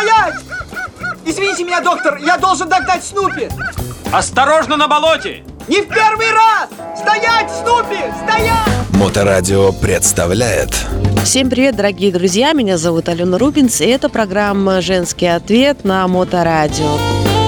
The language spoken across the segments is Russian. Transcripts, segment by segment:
Стоять! Извините меня, доктор, я должен догнать Снупи! Осторожно на болоте! Не в первый раз! Стоять, Снупи! Стоять! Моторадио представляет. Всем привет, дорогие друзья! Меня зовут Алена Рубинс, и это программа «Женский ответ» на Моторадио.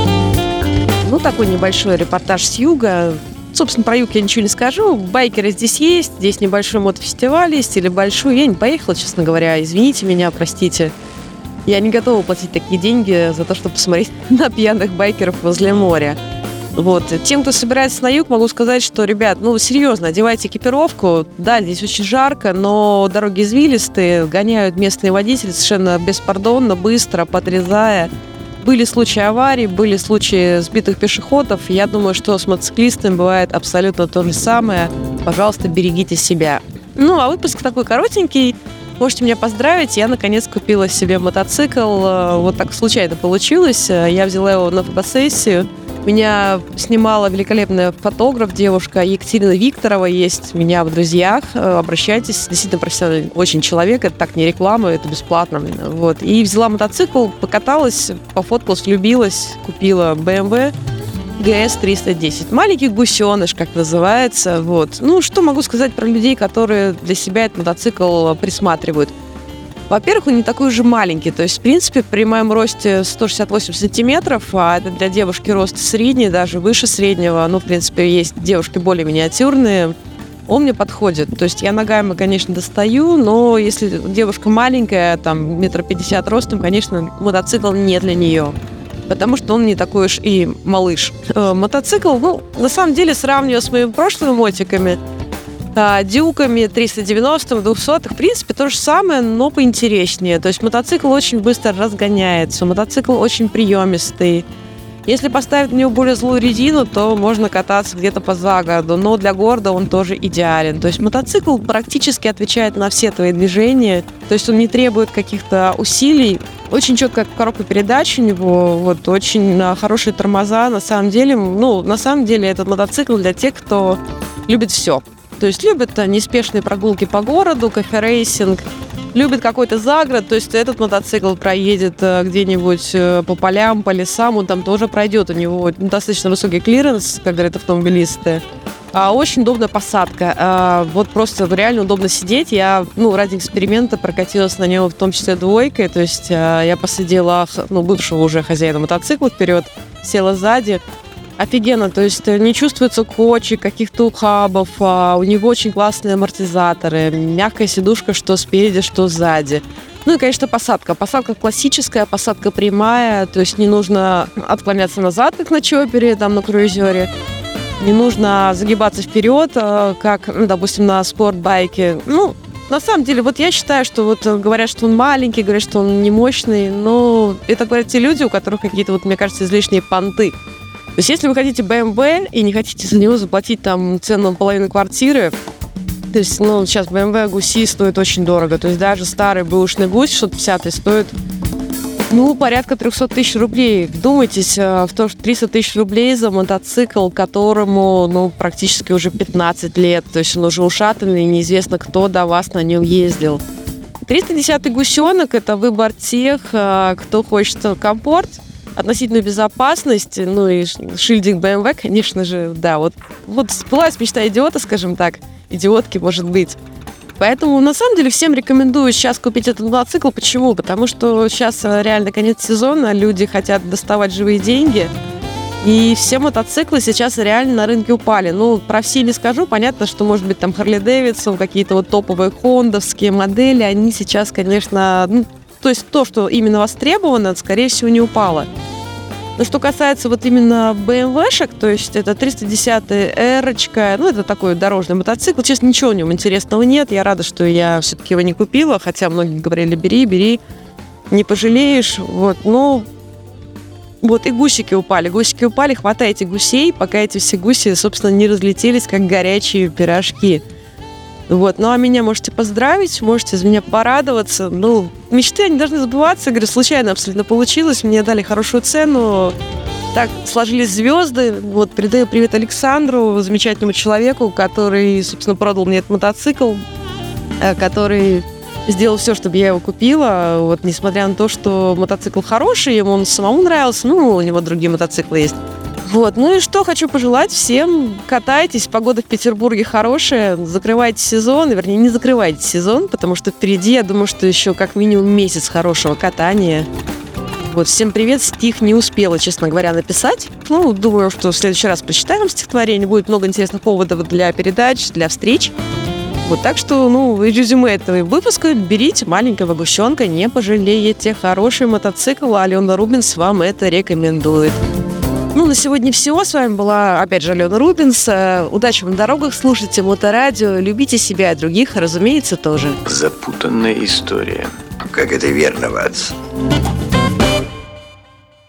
Такой небольшой репортаж с юга. Собственно, про юг я ничего не скажу. Байкеры здесь есть, здесь небольшой мотофестиваль есть или большой. Я не поехала, честно говоря. Извините меня, простите. Я не готова платить такие деньги за то, чтобы посмотреть на пьяных байкеров возле моря. Тем, кто собирается на юг, могу сказать, что, ребят, серьезно, одевайте экипировку. Да, здесь очень жарко, но дороги извилистые, гоняют местные водители совершенно беспардонно, быстро, подрезая. Были случаи аварий, были случаи сбитых пешеходов. Я думаю, что с мотоциклистами бывает абсолютно то же самое. Пожалуйста, берегите себя. А выпуск такой коротенький. Можете меня поздравить. Я, наконец, купила себе мотоцикл. Вот так случайно получилось. Я взяла его на фотосессию. Меня снимала великолепная фотограф, девушка Екатерина Викторова, есть у меня в друзьях. Обращайтесь, действительно профессиональный очень человек, это так не реклама, это бесплатно. И взяла мотоцикл, покаталась, пофоткалась, влюбилась, купила BMW GS 310. Маленький гусеныш, как называется. Что могу сказать про людей, которые для себя этот мотоцикл присматривают? Во-первых, он не такой уже маленький. То есть, в принципе, при моем росте 168 сантиметров, а это для девушки рост средний, даже выше среднего. В принципе, есть девушки более миниатюрные. Он мне подходит. То есть, я ногами, конечно, достаю, но если девушка маленькая, там, 1,50 м ростом, конечно, мотоцикл не для нее. Потому что он не такой уж и малыш. Мотоцикл, на самом деле, сравнивая с моими прошлыми мотиками, дюками, 390-м, 200-х, в принципе, то же самое, но поинтереснее. То есть мотоцикл очень быстро разгоняется, мотоцикл очень приемистый. Если поставить на него более злую резину, то можно кататься где-то по загороду, но для города он тоже идеален. То есть мотоцикл практически отвечает на все твои движения, то есть он не требует каких-то усилий. Очень четкая коробка передач у него, очень хорошие тормоза. На самом деле этот мотоцикл для тех, кто любит все. То есть любит неспешные прогулки по городу, кафе-рейсинг, любит какой-то загород. То есть этот мотоцикл проедет где-нибудь по полям, по лесам, он там тоже пройдет. У него достаточно высокий клиренс, как говорят автомобилисты. Очень удобная посадка. Просто реально удобно сидеть. Я, ради эксперимента прокатилась на нем, в том числе двойкой. То есть я посадила бывшего уже хозяина мотоцикла вперед, села сзади. Офигенно, то есть не чувствуется кочек, каких-то ухабов, у него очень классные амортизаторы, мягкая сидушка, что спереди, что сзади. И, конечно, посадка. Посадка классическая, посадка прямая, то есть не нужно отклоняться назад, как на чоппере, на круизере. Не нужно загибаться вперед, как, допустим, на спортбайке. На самом деле, я считаю, что говорят, что он маленький, говорят, что он не мощный, но это говорят те люди, у которых какие-то, мне кажется, излишние понты. То есть, если вы хотите BMW и не хотите за него заплатить цену половины квартиры, то есть, сейчас BMW гуси стоят очень дорого. То есть, даже старый бэушный гусь 650 стоит, порядка 300 тысяч рублей. Вдумайтесь в то, что 300 тысяч рублей за мотоцикл, которому, практически уже 15 лет. То есть, он уже ушатанный, и неизвестно, кто до вас на нем ездил. 310-й гусенок – это выбор тех, кто хочет комфорт, относительную безопасность, и шильдинг BMW, конечно же, да, сбылась мечта идиота, скажем так, идиотки, может быть. Поэтому, на самом деле, всем рекомендую сейчас купить этот мотоцикл. Почему? Потому что сейчас реально конец сезона, люди хотят доставать живые деньги, и все мотоциклы сейчас реально на рынке упали. Про все не скажу, понятно, что, может быть, Harley Davidson, какие-то топовые хондовские модели, они сейчас, конечно, то есть то, что именно востребовано, скорее всего, не упало. Но что касается именно BMW-шек, то есть это 310-й R-очка, это такой дорожный мотоцикл. Честно, ничего в нем интересного нет. Я рада, что я все-таки его не купила, хотя многие говорили, бери, не пожалеешь. И гусики упали. Хватайте гусей, пока эти все гуси, собственно, не разлетелись, как горячие пирожки. А меня можете поздравить, можете за меня порадоваться. Мечты, они должны сбываться. Говорю, случайно абсолютно получилось. Мне дали хорошую цену. Так сложились звезды. Передаю привет Александру, замечательному человеку, который, собственно, продал мне этот мотоцикл, который сделал все, чтобы я его купила. Вот, несмотря на то, что мотоцикл хороший, ему он самому нравился, у него другие мотоциклы есть. Вот, ну и что хочу пожелать всем: катайтесь, погода в Петербурге хорошая, закрывайте сезон, вернее, не закрывайте сезон, потому что впереди, я думаю, что еще как минимум месяц хорошего катания. Вот, всем привет, стих не успела, честно говоря, написать. Думаю, что в следующий раз почитаем стихотворение, будет много интересных поводов для передач, для встреч. Вот, так что, резюме этого выпуска: берите маленького гущенка, не пожалеете. Хороший мотоцикл, Алена Рубинс вам это рекомендует. На сегодня все. С вами была, опять же, Алена Рубинс. Удачи вам на дорогах, слушайте Моторадио, любите себя и других, разумеется, тоже. Запутанная история. Как это верно, Ватс?